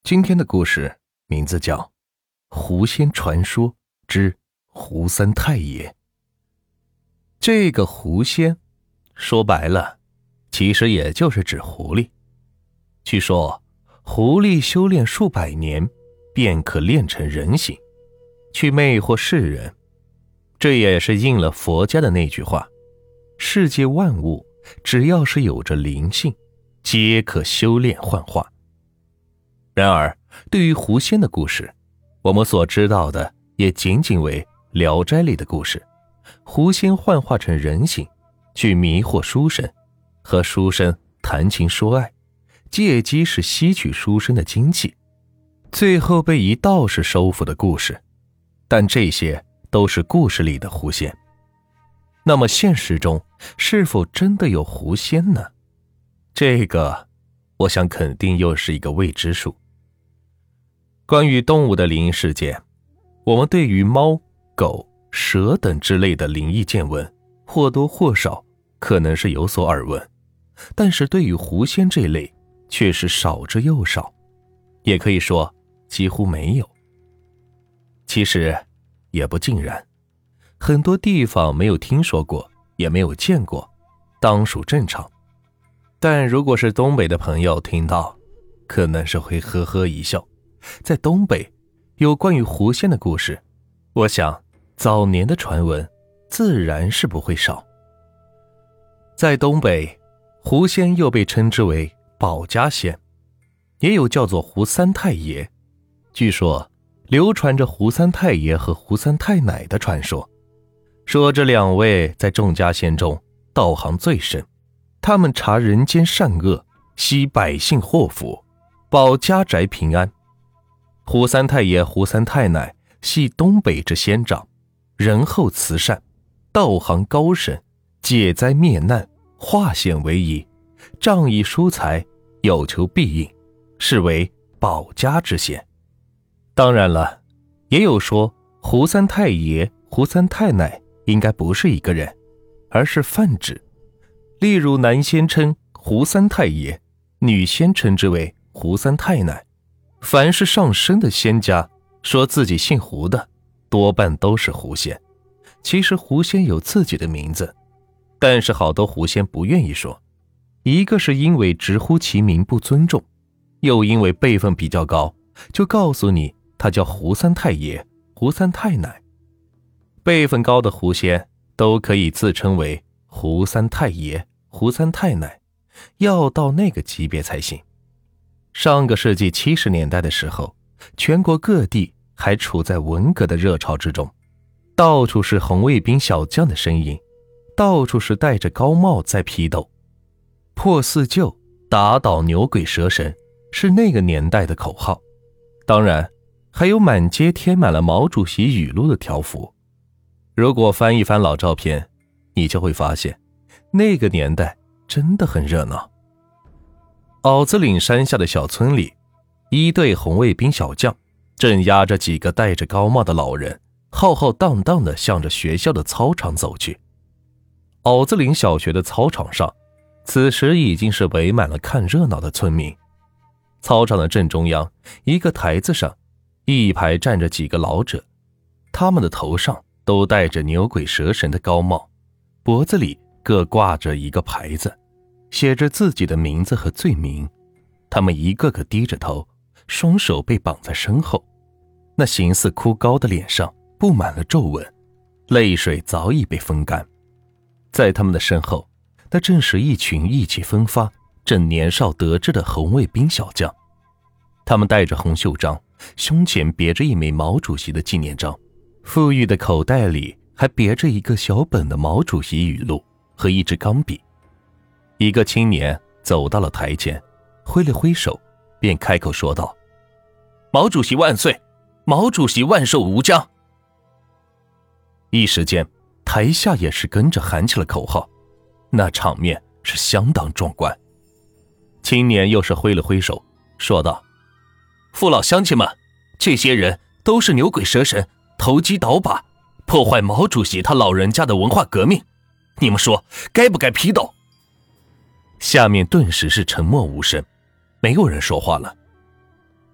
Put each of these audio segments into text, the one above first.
今天的故事名字叫《狐仙传说之胡三太爷》。这个狐仙说白了其实也就是指狐狸。据说狐狸修炼数百年便可练成人形，去魅惑世人。这也是应了佛家的那句话，世界万物只要是有着灵性，皆可修炼幻化。然而对于狐仙的故事，我们所知道的也仅仅为聊斋里的故事。狐仙幻化成人形，去迷惑书生，和书生谈情说爱，借机是吸取书生的精气，最后被一道士收服的故事。但这些都是故事里的狐仙。那么现实中是否真的有狐仙呢？这个我想肯定又是一个未知数。关于动物的灵异事件，我们对于猫、狗、蛇等之类的灵异见闻或多或少可能是有所耳闻，但是对于狐仙这类却是少之又少，也可以说几乎没有。其实也不尽然，很多地方没有听说过也没有见过，当属正常。但如果是东北的朋友听到，可能是会呵呵一笑。在东北有关于狐仙的故事，我想早年的传闻自然是不会少。在东北，狐仙又被称之为保家仙，也有叫做胡三太爷。据说流传着胡三太爷和胡三太奶的传说，说这两位在众家仙中道行最深，他们察人间善恶，悉百姓祸福，保家宅平安。胡三太爷胡三太奶系东北之仙长，仁厚慈善，道行高深，解灾灭难，化险为夷，仗义疏财，有求必应，是为保家之仙。当然了，也有说胡三太爷胡三太奶应该不是一个人，而是泛指。例如男仙称胡三太爷，女仙称之为胡三太奶。凡是上升的仙家说自己姓胡的，多半都是狐仙。其实狐仙有自己的名字，但是好多狐仙不愿意说，一个是因为直呼其名不尊重，又因为辈分比较高，就告诉你他叫胡三太爷胡三太奶。辈分高的狐仙都可以自称为胡三太爷胡三太奶，要到那个级别才行。上个世纪70年代的时候，全国各地还处在文革的热潮之中，到处是红卫兵小将的身影，到处是戴着高帽在批斗。破四旧，打倒牛鬼蛇神，是那个年代的口号。当然还有满街贴满了毛主席语录的条幅。如果翻一翻老照片，你就会发现那个年代真的很热闹。袄子岭山下的小村里，一队红卫兵小将正押着几个戴着高帽的老人，浩浩荡荡地向着学校的操场走去。袄子岭小学的操场上，此时已经是围满了看热闹的村民。操场的正中央，一个台子上，一排站着几个老者，他们的头上都戴着牛鬼蛇神的高帽，脖子里各挂着一个牌子，写着自己的名字和罪名。他们一个个低着头，双手被绑在身后，那形似枯槁的脸上布满了皱纹，泪水早已被风干。在他们的身后，那正是一群意气风发正年少得志的红卫兵小将。他们戴着红袖章，胸前别着一枚毛主席的纪念章，富裕的口袋里还别着一个小本的毛主席语录和一支钢笔。一个青年走到了台前，挥了挥手，便开口说道：毛主席万岁，毛主席万寿无疆。一时间台下也是跟着喊起了口号，那场面是相当壮观。青年又是挥了挥手说道：父老乡亲们，这些人都是牛鬼蛇神，投机倒把，破坏毛主席他老人家的文化革命，你们说该不该批斗？下面顿时是沉默无声，没有人说话了。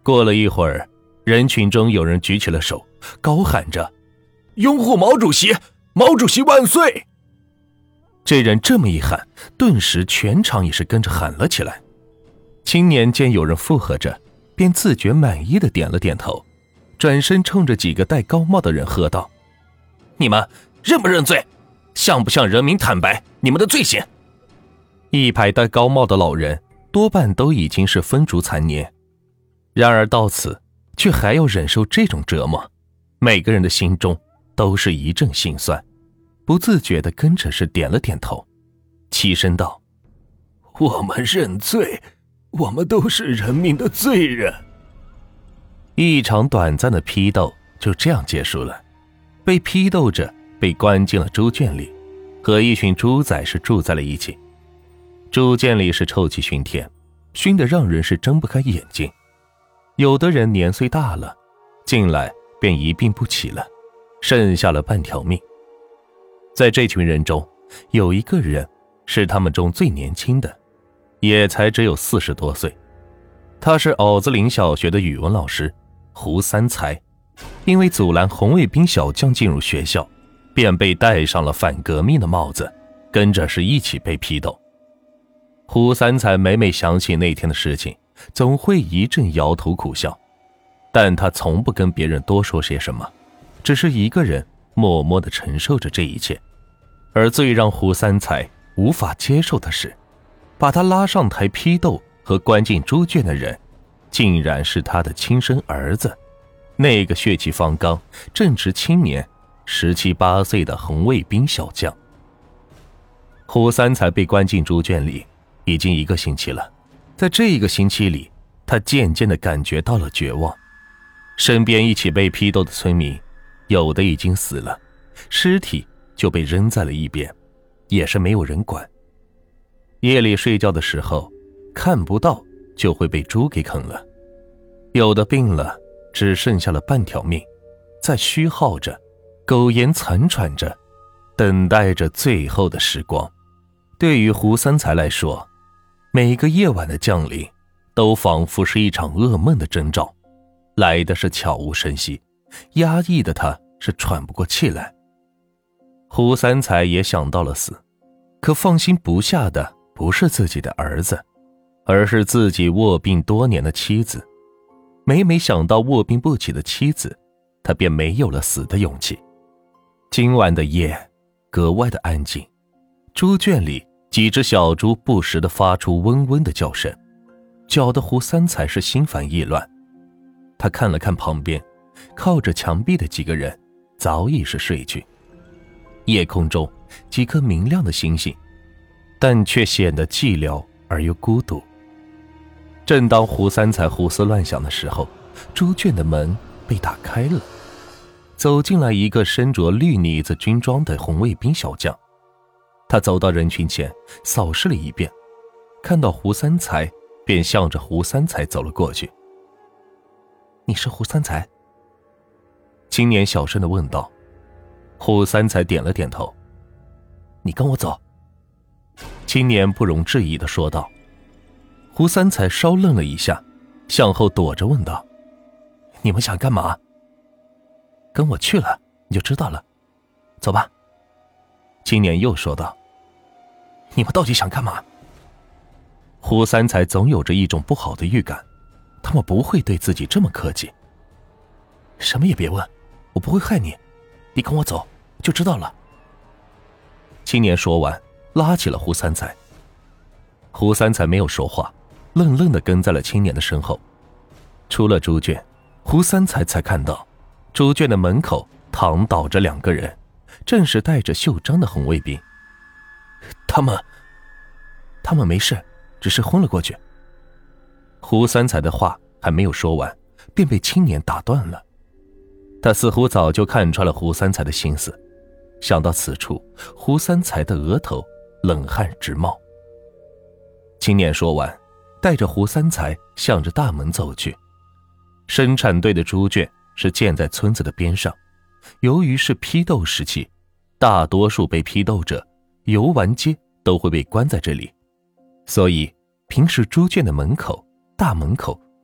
过了一会儿，人群中有人举起了手，高喊着：“拥护毛主席，毛主席万岁！”这人这么一喊，顿时全场也是跟着喊了起来。青年见有人附和着，便自觉满意的点了点头，转身冲着几个戴高帽的人喝道：“你们认不认罪？向不向人民坦白你们的罪行？”一排戴高帽的老人多半都已经是风烛残年，然而到此却还要忍受这种折磨，每个人的心中都是一阵心酸，不自觉地跟着是点了点头，起身道：“我们认罪，我们都是人民的罪人。”一场短暂的批斗就这样结束了。被批斗着被关进了猪圈里，和一群猪仔是住在了一起。猪圈里是臭气熏天，熏得让人是睁不开眼睛。有的人年岁大了，进来便一病不起了，剩下了半条命。在这群人中，有一个人是他们中最年轻的，也才只有40多岁。他是袄子岭小学的语文老师胡三才，因为阻拦红卫兵小将进入学校，便被戴上了反革命的帽子，跟着是一起被批斗。胡三才每每想起那天的事情，总会一阵摇头苦笑，但他从不跟别人多说些什么，只是一个人默默地承受着这一切。而最让胡三才无法接受的是，把他拉上台批斗和关进猪圈的人，竟然是他的亲生儿子，那个血气方刚、正值青年、17、18岁的红卫兵小将。胡三才被关进猪圈里已经1个星期了，在这一个星期里，他渐渐地感觉到了绝望。身边一起被批斗的村民，有的已经死了，尸体就被扔在了一边，也是没有人管。夜里睡觉的时候，看不到就会被猪给啃了。有的病了，只剩下了半条命，在虚耗着，苟延残喘着，等待着最后的时光。对于胡三才来说，每个夜晚的降临都仿佛是一场噩梦的征兆，来的是悄无声息，压抑的他是喘不过气来。胡三才也想到了死，可放心不下的不是自己的儿子，而是自己卧病多年的妻子。每每想到卧病不起的妻子，他便没有了死的勇气。今晚的夜格外的安静，猪圈里几只小猪不时地发出嗡嗡的叫声，搅得胡三才是心烦意乱。他看了看旁边靠着墙壁的几个人，早已是睡去。夜空中几颗明亮的星星，但却显得寂寥而又孤独。正当胡三才胡思乱想的时候，猪圈的门被打开了，走进来一个身着绿呢子军装的红卫兵小将。他走到人群前，扫视了一遍，看到胡三才，便向着胡三才走了过去。你是胡三才？青年小声地问道。胡三才点了点头。你跟我走。青年不容置疑地说道。胡三才稍愣了一下，向后躲着问道：你们想干嘛？跟我去了你就知道了，走吧。青年又说道。你们到底想干嘛？胡三才总有着一种不好的预感，他们不会对自己这么客气。什么也别问，我不会害你，你跟我走就知道了。青年说完，拉起了胡三才。胡三才没有说话，愣愣地跟在了青年的身后。出了猪圈，胡三才才看到猪圈的门口躺倒着2个人，正是带着袖章的红卫兵。他们没事，只是昏了过去。胡三才的话还没有说完，便被青年打断了。他似乎早就看穿了胡三才的心思，想到此处，胡三才的额头冷汗直冒。青年说完，带着胡三才向着大门走去。生产队的猪圈是建在村子的边上，由于是批斗时期，大多数被批斗者游玩街都会被关在这里，所以平时猪圈的门口、大门口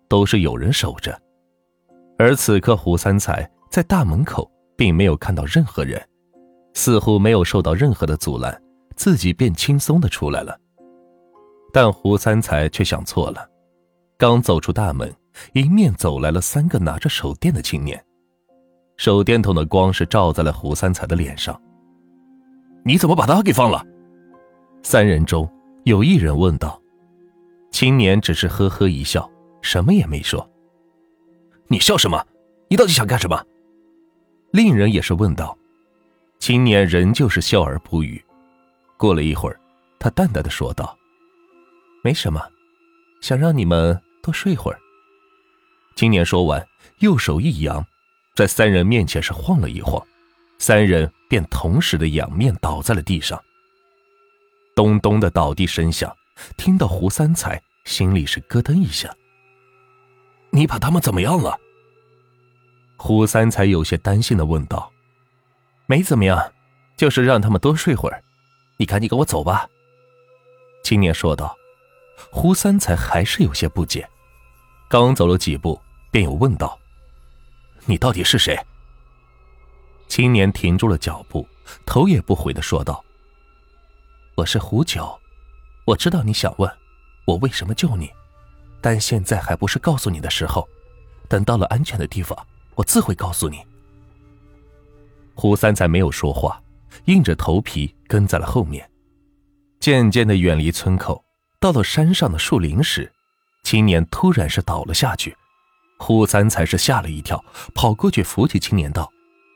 都是有人守着。而此刻胡三才在大门口并没有看到任何人，似乎没有受到任何的阻拦，自己便轻松地出来了。但胡三才却想错了，刚走出大门，迎面走来了3个拿着手电的青年，手电筒的光是照在了胡三才的脸上。你怎么把他给放了？3人中有一人问道。青年只是呵呵一笑，什么也没说。你笑什么？你到底想干什么？另一人也是问道。青年仍旧是笑而不语。过了一会儿，他淡淡的说道，没什么，想让你们多睡会儿。青年说完，右手一扬，在3人面前是晃了一晃，3人便同时的仰面倒在了地上。咚咚的倒地声响，听到胡三才心里是咯噔一下。你把他们怎么样了？胡三才有些担心地问道。没怎么样，就是让他们多睡会儿，你赶紧跟我走吧。青年说道。胡三才还是有些不解，刚走了几步便又问道，你到底是谁？青年停住了脚步，头也不回地说道，我是胡九，我知道你想问我为什么救你，但现在还不是告诉你的时候，等到了安全的地方，我自会告诉你。胡三才没有说话，硬着头皮跟在了后面。渐渐地远离村口，到了山上的树林时，青年突然是倒了下去。胡三才是吓了一跳，跑过去扶起青年道，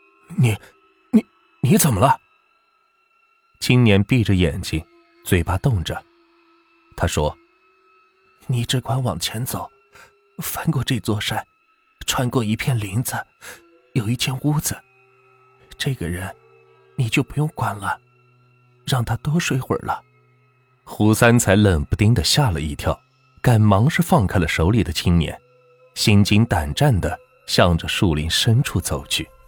你怎么了？青年闭着眼睛，嘴巴动着。他说，你只管往前走，翻过这座山，穿过一片林子，有一间屋子，这个人你就不用管了，让他多睡会儿了。胡三才冷不丁地吓了一跳，赶忙是放开了手里的青年，心惊胆战地向着树林深处走去。